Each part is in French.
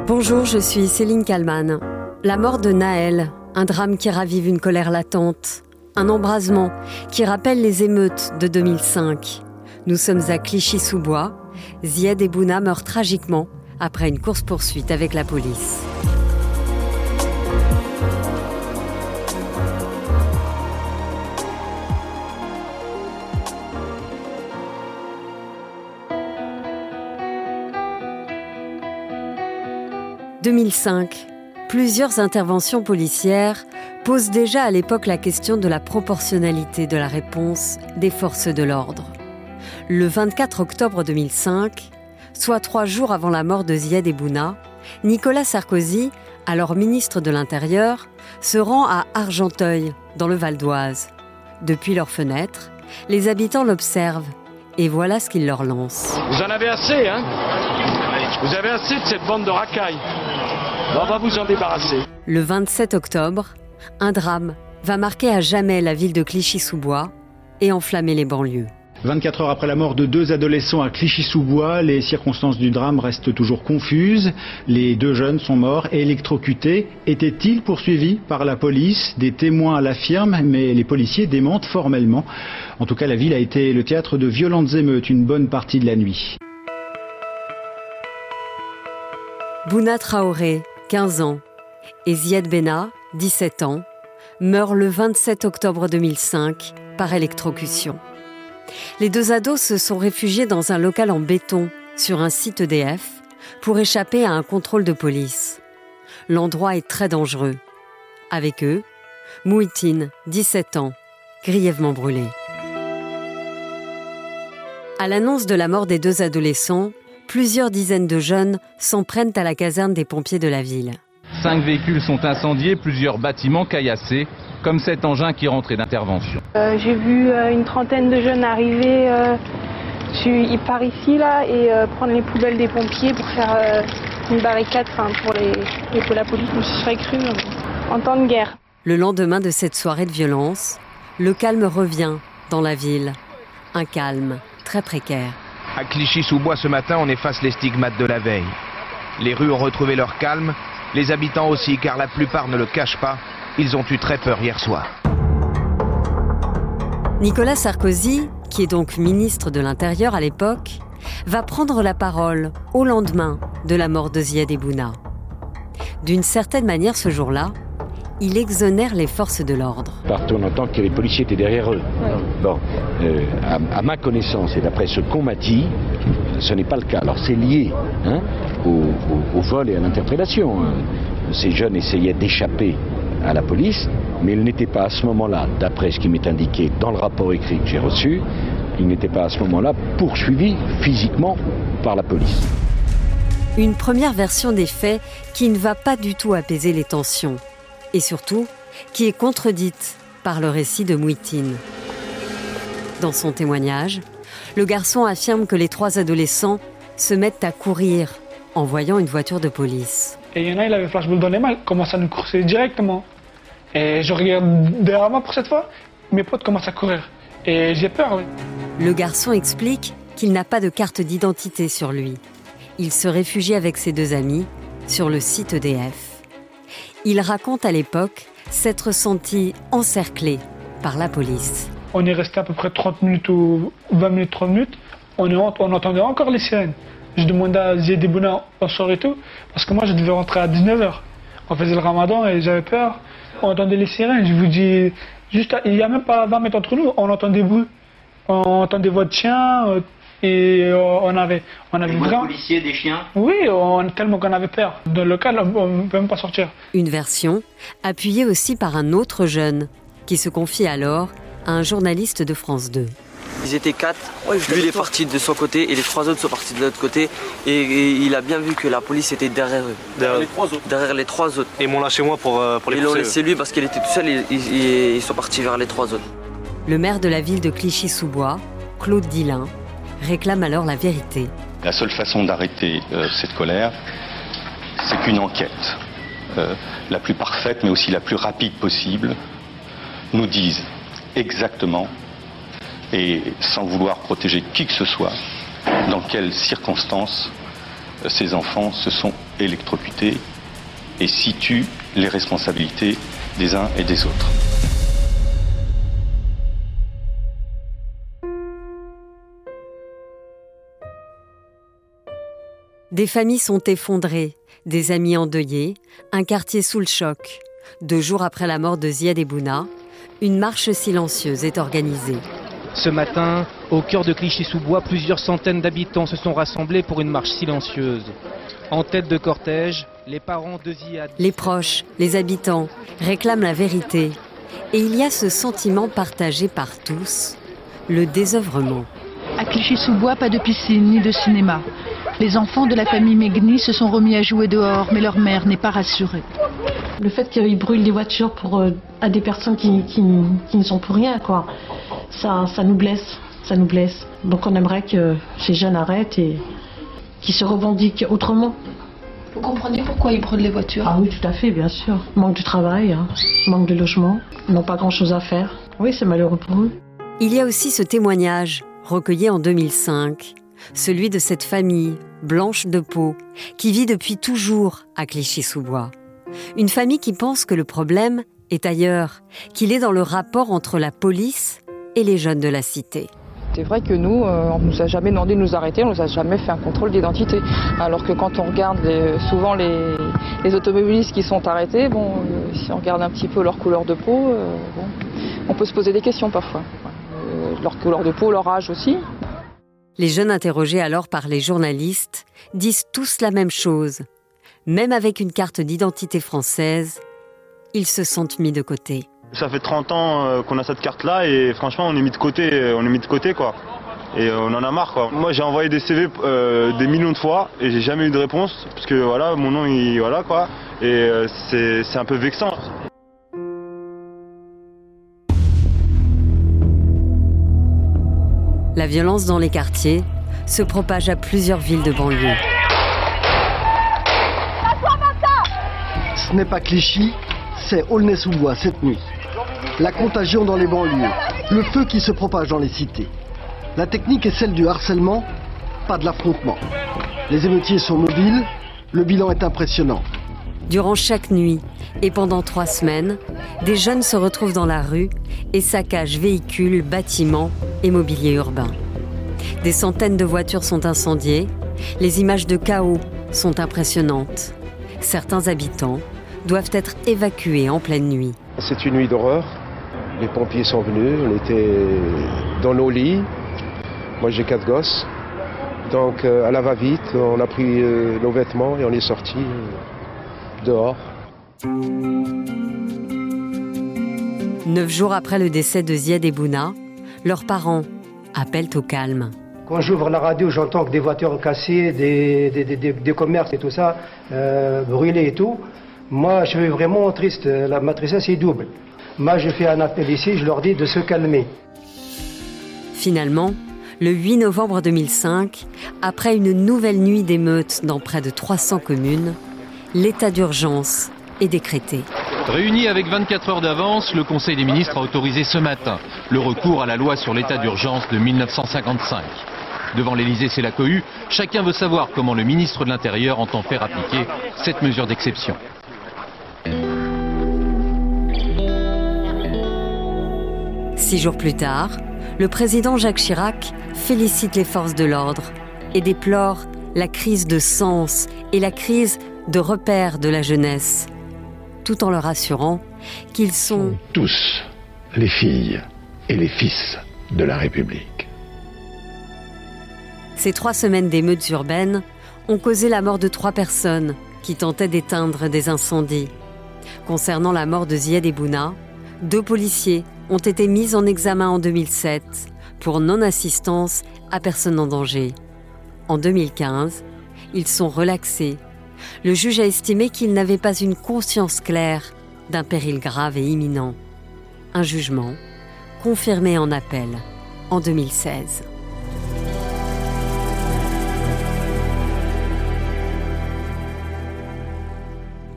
Bonjour, je suis Céline Kallmann. La mort de Nahel, un drame qui ravive une colère latente. Un embrasement qui rappelle les émeutes de 2005. Nous sommes à Clichy-sous-Bois. Zied Ebouna meurt tragiquement après une course-poursuite avec la police. En 2005, plusieurs interventions policières posent déjà à l'époque la question de la proportionnalité de la réponse des forces de l'ordre. Le 24 octobre 2005, soit 3 jours avant la mort de Zied Ebouna, Nicolas Sarkozy, alors ministre de l'Intérieur, se rend à Argenteuil, dans le Val d'Oise. Depuis leur fenêtre, les habitants l'observent et voilà ce qu'il leur lance. Vous en avez assez, hein ? Vous avez assez de cette bande de racailles. On va vous en débarrasser. Le 27 octobre, un drame va marquer à jamais la ville de Clichy-sous-Bois et enflammer les banlieues. 24 heures après la mort de 2 adolescents à Clichy-sous-Bois, les circonstances du drame restent toujours confuses. Les 2 jeunes sont morts électrocutés. Étaient-ils poursuivis par la police ? Des témoins l'affirment, mais les policiers démentent formellement. En tout cas, la ville a été le théâtre de violentes émeutes une bonne partie de la nuit. Bouna Traoré, 15 ans, et Zied Benna, 17 ans, meurent le 27 octobre 2005 par électrocution. Les 2 ados se sont réfugiés dans un local en béton sur un site EDF pour échapper à un contrôle de police. L'endroit est très dangereux. Avec eux, Mouhitine, 17 ans, grièvement brûlé. À l'annonce de la mort des 2 adolescents, plusieurs dizaines de jeunes s'en prennent à la caserne des pompiers de la ville. 5 véhicules sont incendiés, plusieurs bâtiments caillassés, comme cet engin qui rentrait d'intervention. J'ai vu une trentaine de jeunes arriver par ici là, et prendre les poubelles des pompiers pour faire une barricade pour la police. Je me serais cru en temps de guerre. Le lendemain de cette soirée de violence, le calme revient dans la ville. Un calme très précaire. À Clichy-sous-Bois ce matin, on efface les stigmates de la veille. Les rues ont retrouvé leur calme, les habitants aussi, car la plupart ne le cachent pas. Ils ont eu très peur hier soir. Nicolas Sarkozy, qui est donc ministre de l'Intérieur à l'époque, va prendre la parole au lendemain de la mort de Zied Ebouna. D'une certaine manière, ce jour-là, il exonère les forces de l'ordre. Partout on entend que les policiers étaient derrière eux. Bon, à ma connaissance et d'après ce qu'on m'a dit, ce n'est pas le cas. Alors c'est lié au vol et à l'interpellation. Ces jeunes essayaient d'échapper à la police, mais ils n'étaient pas à ce moment-là, d'après ce qui m'est indiqué dans le rapport écrit que j'ai reçu, ils n'étaient pas à ce moment-là poursuivis physiquement par la police. Une première version des faits qui ne va pas du tout apaiser les tensions. Et surtout, qui est contredite par le récit de Mouhitine. Dans son témoignage, le garçon affirme que les 3 adolescents se mettent à courir en voyant une voiture de police. Et il y en a, il avait flashball dans les mains, il commence à nous courser directement. Et je regarde derrière moi pour cette fois, mes potes commencent à courir. Et j'ai peur. Le garçon explique qu'il n'a pas de carte d'identité sur lui. Il se réfugie avec ses 2 amis sur le site EDF. Il raconte à l'époque s'être senti encerclé par la police. On est resté à peu près 30 minutes ou 20 minutes, 30 minutes. On entendait encore les sirènes. Je demandais à Zied Ebouna en soirée et tout, parce que moi je devais rentrer à 19h. On faisait le ramadan et j'avais peur. On entendait les sirènes, je vous dis, il n'y a même pas 20 mètres entre nous, on entend des bruits. On entend des voix de chiens. Et on avait vraiment... Des policiers, des chiens ? Oui, tellement qu'on avait peur. Dans le local, on ne peut même pas sortir. Une version appuyée aussi par un autre jeune qui se confie alors à un journaliste de France 2. Ils étaient 4, lui il est parti de son côté et les 3 autres sont partis de l'autre côté et il a bien vu que la police était derrière eux. Derrière les 3 autres. Et ils m'ont lâché moi pour les pousser. Ils l'ont laissé lui parce qu'il était tout seul et ils sont partis vers les 3 autres. Le maire de la ville de Clichy-sous-Bois, Claude Dillin, réclame alors la vérité. La seule façon d'arrêter cette colère, c'est qu'une enquête, la plus parfaite mais aussi la plus rapide possible, nous dise exactement, et sans vouloir protéger qui que ce soit, dans quelles circonstances ces enfants se sont électrocutés et situent les responsabilités des uns et des autres. Des familles sont effondrées, des amis endeuillés, un quartier sous le choc. 2 jours après la mort de Ziad Ebouna, une marche silencieuse est organisée. Ce matin, au cœur de Clichy-sous-Bois, plusieurs centaines d'habitants se sont rassemblés pour une marche silencieuse. En tête de cortège, les parents de Ziad... Les proches, les habitants réclament la vérité. Et il y a ce sentiment partagé par tous, le désœuvrement. À Clichy-sous-Bois, pas de piscine ni de cinéma. Les enfants de la famille Megni se sont remis à jouer dehors, mais leur mère n'est pas rassurée. Le fait qu'ils brûlent des voitures à des personnes qui ne sont pour rien, quoi, ça nous blesse, Donc on aimerait que ces jeunes arrêtent et qu'ils se revendiquent autrement. Vous comprenez pourquoi ils brûlent les voitures? Ah oui, tout à fait, bien sûr. Manque de travail, manque de logement, ils n'ont pas grand-chose à faire. Oui, c'est malheureux pour eux. Il y a aussi ce témoignage, recueilli en 2005, celui de cette famille, blanche de peau, qui vit depuis toujours à Clichy-sous-Bois. Une famille qui pense que le problème est ailleurs, qu'il est dans le rapport entre la police et les jeunes de la cité. C'est vrai que nous, on ne nous a jamais demandé de nous arrêter, on ne nous a jamais fait un contrôle d'identité. Alors que quand on regarde souvent les automobilistes qui sont arrêtés, si on regarde un petit peu leur couleur de peau, on peut se poser des questions parfois. Leur couleur de peau, leur âge aussi. Les jeunes interrogés alors par les journalistes disent tous la même chose. Même avec une carte d'identité française, ils se sentent mis de côté. Ça fait 30 ans qu'on a cette carte-là et franchement on est mis de côté quoi. Et on en a marre quoi. Moi j'ai envoyé des CV des millions de fois et j'ai jamais eu de réponse parce que voilà, mon nom voilà quoi. Et c'est un peu vexant. La violence dans les quartiers se propage à plusieurs villes de banlieue. Ce n'est pas Clichy, c'est Aulnay-sous-Bois cette nuit. La contagion dans les banlieues, le feu qui se propage dans les cités. La technique est celle du harcèlement, pas de l'affrontement. Les émeutiers sont mobiles, le bilan est impressionnant. Durant chaque nuit et pendant 3 semaines, des jeunes se retrouvent dans la rue et saccagent véhicules, bâtiments et mobilier urbain. Des centaines de voitures sont incendiées, les images de chaos sont impressionnantes. Certains habitants doivent être évacués en pleine nuit. C'est une nuit d'horreur. Les pompiers sont venus, on était dans nos lits. Moi j'ai 4 gosses. Donc à la va-vite, on a pris nos vêtements et on est sortis dehors. 9 jours après le décès de Ziad Ebouna, leurs parents appellent au calme. Quand j'ouvre la radio, j'entends que des voitures cassées, des commerces et tout ça, brûlés et tout. Moi, je suis vraiment triste. Ma tristesse est double. Moi, je fais un appel ici, je leur dis de se calmer. Finalement, le 8 novembre 2005, après une nouvelle nuit d'émeutes dans près de 300 communes, l'état d'urgence est décrété. Réuni avec 24 heures d'avance, le Conseil des ministres a autorisé ce matin le recours à la loi sur l'état d'urgence de 1955. Devant l'Élysée, c'est la cohue. Chacun veut savoir comment le ministre de l'Intérieur entend faire appliquer cette mesure d'exception. Six jours plus tard, le président Jacques Chirac félicite les forces de l'ordre et déplore la crise de sens et la crise de repères de la jeunesse, tout en leur assurant qu'ils sont tous les filles et les fils de la République. Ces 3 semaines d'émeutes urbaines ont causé la mort de 3 personnes qui tentaient d'éteindre des incendies. Concernant la mort de Ziad Ebouna, 2 policiers ont été mis en examen en 2007 pour non-assistance à personne en danger. En 2015, ils sont relaxés. Le juge a estimé qu'ils n'avaient pas une conscience claire d'un péril grave et imminent. Un jugement confirmé en appel en 2016.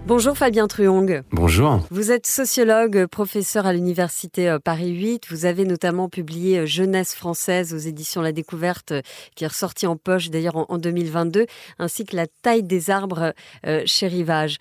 Bonjour Fabien Truong. Bonjour. Vous êtes sociologue, professeur à l'université Paris 8. Vous avez notamment publié Jeunesse française aux éditions La Découverte, qui est ressorti en poche d'ailleurs en 2022, ainsi que La taille des arbres chez Rivage.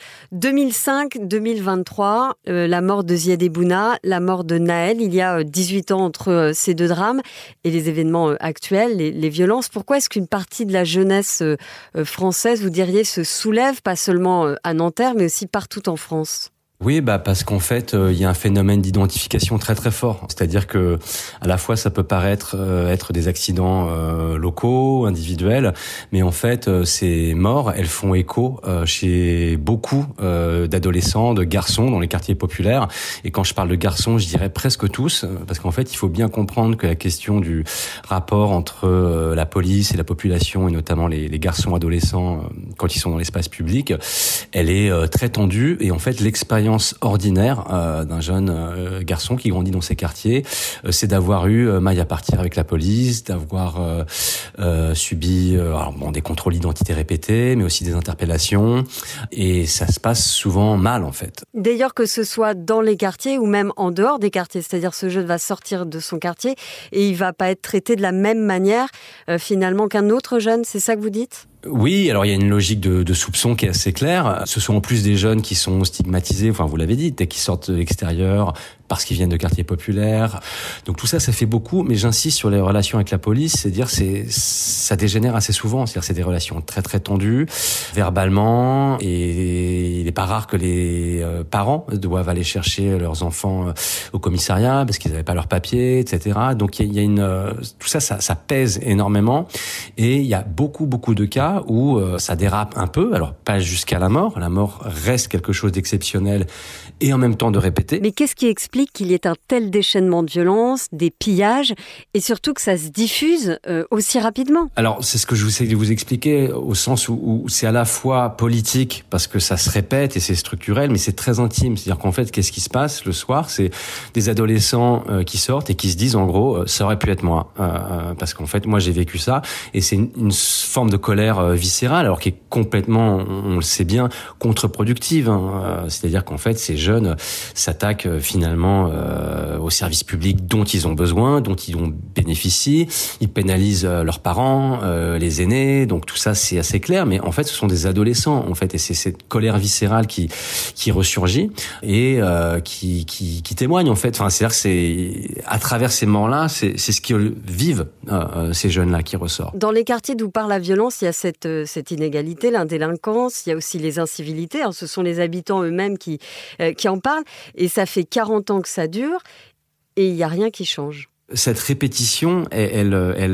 2005-2023, la mort de Ziad Ebouna, la mort de Naël, il y a 18 ans entre ces deux drames et les événements actuels, les violences. Pourquoi est-ce qu'une partie de la jeunesse française, vous diriez, se soulève, pas seulement à Nanterre, mais aussi partout en France? Oui, parce qu'en fait, il y a un phénomène d'identification très très fort. C'est-à-dire que, à la fois, ça peut paraître être des accidents locaux, individuels, mais en fait, ces morts, elles font écho chez beaucoup d'adolescents, de garçons dans les quartiers populaires. Et quand je parle de garçons, je dirais presque tous, parce qu'en fait, il faut bien comprendre que la question du rapport entre la police et la population, et notamment les garçons adolescents quand ils sont dans l'espace public, elle est très tendue. Et en fait, l'expérience ordinaire d'un jeune garçon qui grandit dans ces quartiers, c'est d'avoir eu maille à partir avec la police, d'avoir subi des contrôles d'identité répétés, mais aussi des interpellations, et ça se passe souvent mal en fait. D'ailleurs, que ce soit dans les quartiers ou même en dehors des quartiers, c'est-à-dire ce jeune va sortir de son quartier et il va pas être traité de la même manière finalement qu'un autre jeune, c'est ça que vous dites ? Oui, alors il y a une logique de soupçon qui est assez claire. Ce sont en plus des jeunes qui sont stigmatisés, enfin vous l'avez dit, dès qu'ils sortent de l'extérieur, parce qu'ils viennent de quartiers populaires. Donc tout ça, ça fait beaucoup, mais j'insiste sur les relations avec la police, ça dégénère assez souvent, c'est-à-dire c'est des relations très très tendues, verbalement, et il n'est pas rare que les parents doivent aller chercher leurs enfants au commissariat parce qu'ils n'avaient pas leurs papiers, etc. Donc il y a tout ça pèse énormément, et il y a beaucoup de cas où ça dérape un peu, alors pas jusqu'à la mort reste quelque chose d'exceptionnel et en même temps de répété. Mais qu'est-ce qui explique qu'il y ait un tel déchaînement de violence, des pillages, et surtout que ça se diffuse aussi rapidement? Alors c'est ce que je vous essaie de vous expliquer, au sens où c'est à la fois politique, parce que ça se répète et c'est structurel, mais c'est très intime. C'est-à-dire qu'en fait, qu'est-ce qui se passe le soir? C'est des adolescents qui sortent et qui se disent en gros, ça aurait pu être moi, parce qu'en fait moi j'ai vécu ça, et c'est une forme de colère viscérale, alors qui est complètement, on le sait bien, contre-productive. C'est-à-dire qu'en fait, ces jeunes s'attaquent finalement aux services publics dont ils ont besoin, dont ils ont bénéficié. Ils pénalisent leurs parents, les aînés. Donc tout ça, c'est assez clair. Mais en fait, ce sont des adolescents, en fait, et c'est cette colère viscérale qui ressurgit et qui témoigne, en fait. Enfin, c'est-à-dire que c'est à travers ces morts-là, c'est ce que vivent ces jeunes-là qui ressort. Dans les quartiers d'où part la violence, il y a cette inégalité, l'indélinquance, il y a aussi les incivilités. Ce sont les habitants eux-mêmes qui en parlent. Et ça fait 40 ans que ça dure et il n'y a rien qui change. Cette répétition, elle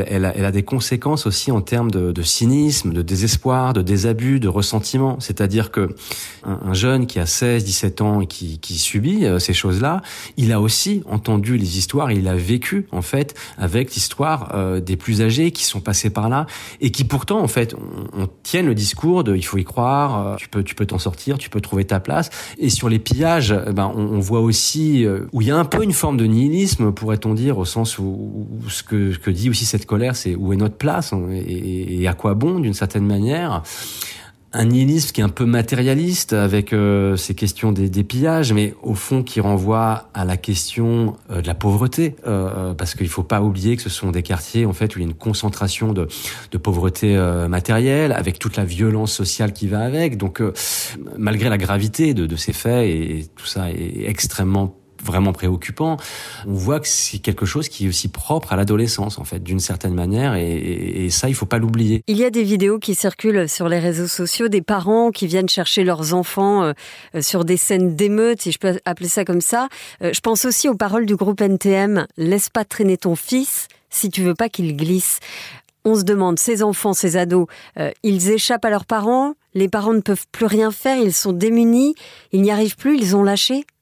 a des conséquences aussi en termes de cynisme, de désespoir, de désabus, de ressentiment. C'est-à-dire que un jeune qui a 16, 17 ans et qui subit ces choses-là, il a aussi entendu les histoires, il a vécu en fait avec l'histoire des plus âgés qui sont passés par là et qui pourtant en fait on tienne le discours de il faut y croire, tu peux t'en sortir, tu peux trouver ta place. Et sur les pillages, on voit aussi où il y a un peu une forme de nihilisme, pourrait-on dire, au sens où ce que dit aussi cette colère, c'est où est notre place et à quoi bon d'une certaine manière. Un nihilisme qui est un peu matérialiste avec ces questions des pillages, mais au fond qui renvoie à la question de la pauvreté, parce qu'il faut pas oublier que ce sont des quartiers en fait où il y a une concentration de pauvreté matérielle, avec toute la violence sociale qui va avec. Donc malgré la gravité de ces faits, et tout ça est extrêmement vraiment préoccupant, on voit que c'est quelque chose qui est aussi propre à l'adolescence, en fait, d'une certaine manière, et ça, il faut pas l'oublier. Il y a des vidéos qui circulent sur les réseaux sociaux, des parents qui viennent chercher leurs enfants sur des scènes d'émeute, si je peux appeler ça comme ça. Je pense aussi aux paroles du groupe NTM, « Laisse pas traîner ton fils si tu veux pas qu'il glisse ». On se demande, ces enfants, ces ados, ils échappent à leurs parents, les parents ne peuvent plus rien faire, ils sont démunis, ils n'y arrivent plus, ils ont lâché.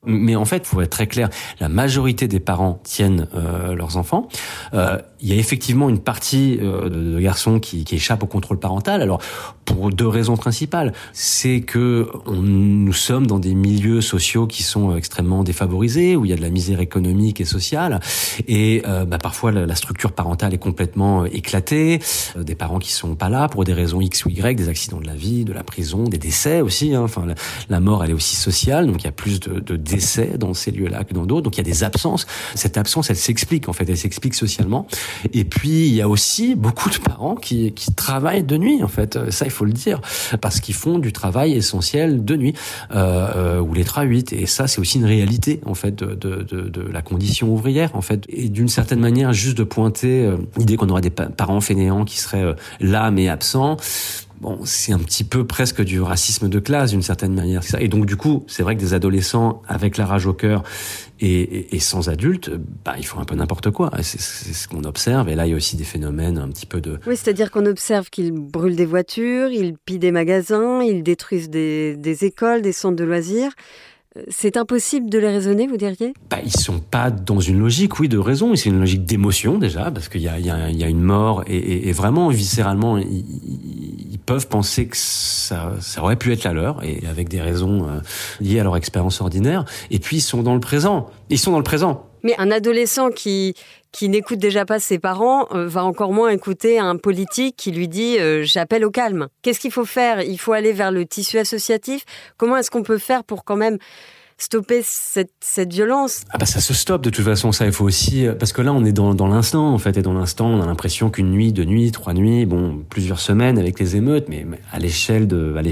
Mais en fait, pour être très clair, la majorité des parents tiennent leurs enfants. Il y a effectivement une partie de garçons qui échappent au contrôle parental. Alors, pour 2 raisons principales. C'est que nous sommes dans des milieux sociaux qui sont extrêmement défavorisés, où il y a de la misère économique et sociale. Et parfois, la structure parentale est complètement éclatée. Des parents qui sont pas là pour des raisons X ou Y, des accidents de la vie, de la prison, des décès aussi. Enfin, la mort, elle est aussi sociale. Donc, il y a plus de décès dans ces lieux-là que dans d'autres. Donc, il y a des absences. Cette absence, elle s'explique, en fait. Elle s'explique socialement. Et puis, il y a aussi beaucoup de parents qui travaillent de nuit, en fait. Ça, il faut le dire. Parce qu'ils font du travail essentiel de nuit. Ou les 3-8. Et ça, c'est aussi une réalité, en fait, de la condition ouvrière, en fait. Et d'une certaine manière, juste de pointer l'idée qu'on aurait des parents fainéants qui seraient là, mais absents. Bon, c'est un petit peu presque du racisme de classe, d'une certaine manière. Et donc, du coup, c'est vrai que des adolescents avec la rage au cœur et sans adultes, ils font un peu n'importe quoi. C'est ce qu'on observe. Et là, il y a aussi des phénomènes un petit peu de... Oui, c'est-à-dire qu'on observe qu'ils brûlent des voitures, ils pillent des magasins, ils détruisent des écoles, des centres de loisirs. C'est impossible de les raisonner, vous diriez ? Ils sont pas dans une logique, oui, de raison. C'est une logique d'émotion, déjà, parce qu'il y a une mort et vraiment, viscéralement, ils peuvent penser que ça aurait pu être la leur, et avec des raisons liées à leur expérience ordinaire. Et puis, ils sont dans le présent. Mais un adolescent qui n'écoute déjà pas ses parents va encore moins écouter un politique qui lui dit j'appelle au calme. Qu'est-ce qu'il faut faire ? Il faut aller vers le tissu associatif. Comment est-ce qu'on peut faire pour quand même stopper cette violence ? Ça se stoppe de toute façon, ça il faut aussi, parce que là on est dans l'instant en fait, et dans l'instant on a l'impression qu'une nuit, 2 nuits, 3 nuits, plusieurs semaines avec les émeutes, mais à l'échelle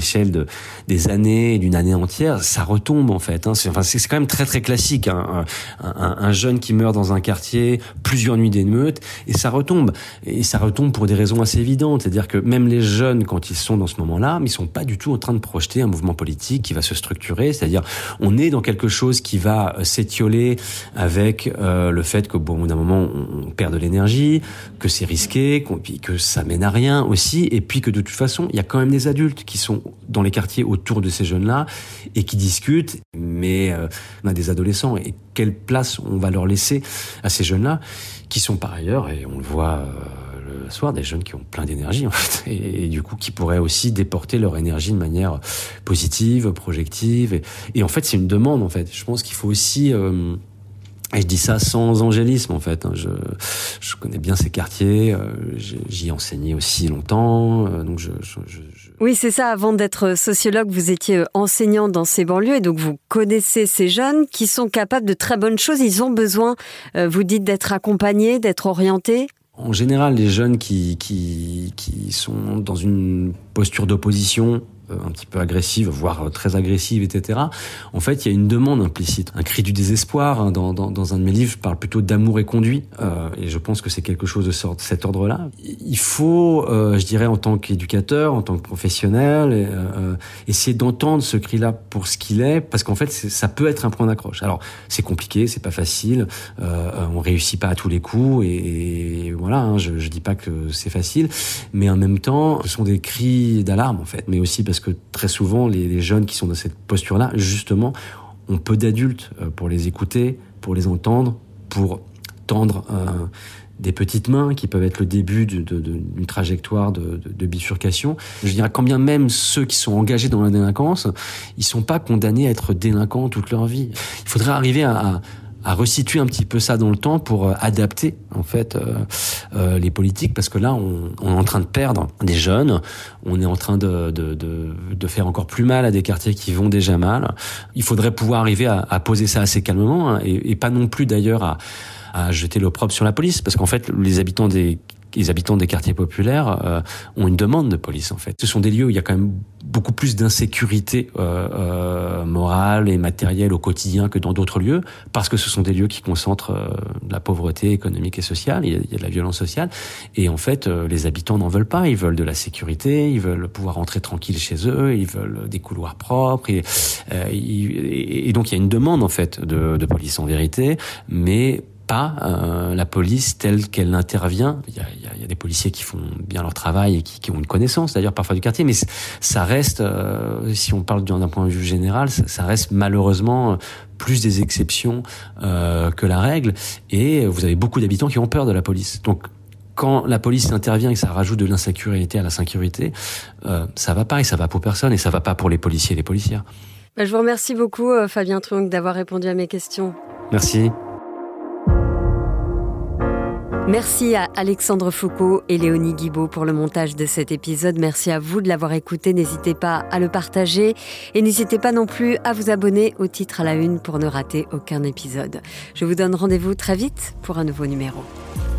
des années, d'une année entière, ça retombe en fait. C'est quand même très très classique, un jeune qui meurt dans un quartier, plusieurs nuits d'émeutes, et ça retombe pour des raisons assez évidentes, c'est-à-dire que même les jeunes quand ils sont dans ce moment-là, ils sont pas du tout en train de projeter un mouvement politique qui va se structurer, c'est-à-dire on est dans quelque chose qui va s'étioler avec le fait que bon, d'un moment on perd de l'énergie, que c'est risqué, que ça mène à rien aussi, et puis que de toute façon il y a quand même des adultes qui sont dans les quartiers autour de ces jeunes-là et qui discutent, mais on a des adolescents, et quelle place on va leur laisser à ces jeunes-là qui sont par ailleurs, et on le voit le soir, des jeunes qui ont plein d'énergie en fait, et du coup qui pourraient aussi déporter leur énergie de manière positive, projective, et en fait c'est une demande en fait. Je pense qu'il faut aussi et je dis ça sans angélisme en fait. Je connais bien ces quartiers, j'y ai enseigné aussi longtemps, donc Oui, c'est ça. Avant d'être sociologue, vous étiez enseignant dans ces banlieues, et donc vous connaissez ces jeunes qui sont capables de très bonnes choses. Ils ont besoin, vous dites, d'être accompagnés, d'être orientés. En général, les jeunes qui sont dans une posture d'opposition un petit peu agressive, voire très agressive, etc. En fait, il y a une demande implicite, un cri du désespoir. Dans un de mes livres, je parle plutôt d'amour et conduit, et je pense que c'est quelque chose de cet ordre-là. Il faut, je dirais, en tant qu'éducateur, en tant que professionnel, essayer d'entendre ce cri-là pour ce qu'il est, parce qu'en fait, ça peut être un point d'accroche. Alors, c'est compliqué, c'est pas facile, on réussit pas à tous les coups, et voilà, je dis pas que c'est facile, mais en même temps, ce sont des cris d'alarme, en fait, mais aussi parce que très souvent, les jeunes qui sont dans cette posture-là, justement, ont peu d'adultes pour les écouter, pour les entendre, pour tendre des petites mains qui peuvent être le début d'une trajectoire de bifurcation. Je dirais, quand bien même ceux qui sont engagés dans la délinquance, ils sont pas condamnés à être délinquants toute leur vie. Il faudrait arriver à resituer un petit peu ça dans le temps pour adapter en fait les politiques, parce que là on est en train de perdre des jeunes, on est en train de faire encore plus mal à des quartiers qui vont déjà mal. Il faudrait pouvoir arriver à poser ça assez calmement, et pas non plus d'ailleurs à jeter l'opprobre sur la police, parce qu'en fait les habitants des quartiers populaires ont une demande de police en fait. Ce sont des lieux où il y a quand même beaucoup plus d'insécurité morale et matérielle au quotidien que dans d'autres lieux, parce que ce sont des lieux qui concentrent de la pauvreté économique et sociale, il y a de la violence sociale, et en fait les habitants n'en veulent pas, ils veulent de la sécurité, ils veulent pouvoir rentrer tranquille chez eux, ils veulent des couloirs propres, et donc il y a une demande en fait de police en vérité, mais pas la police telle qu'elle intervient. Il y a des policiers qui font bien leur travail et qui ont une connaissance d'ailleurs parfois du quartier, mais ça reste, si on parle d'un point de vue général, ça reste malheureusement plus des exceptions que la règle. Et vous avez beaucoup d'habitants qui ont peur de la police. Donc quand la police intervient et que ça rajoute de l'insécurité à la sécurité, ça va pas, et ça va pour personne, et ça va pas pour les policiers et les policières. Je vous remercie beaucoup, Fabien Truong, d'avoir répondu à mes questions. Merci. Merci à Alexandre Foucault et Léonie Guibaud pour le montage de cet épisode. Merci à vous de l'avoir écouté. N'hésitez pas à le partager et n'hésitez pas non plus à vous abonner au Titre à la Une pour ne rater aucun épisode. Je vous donne rendez-vous très vite pour un nouveau numéro.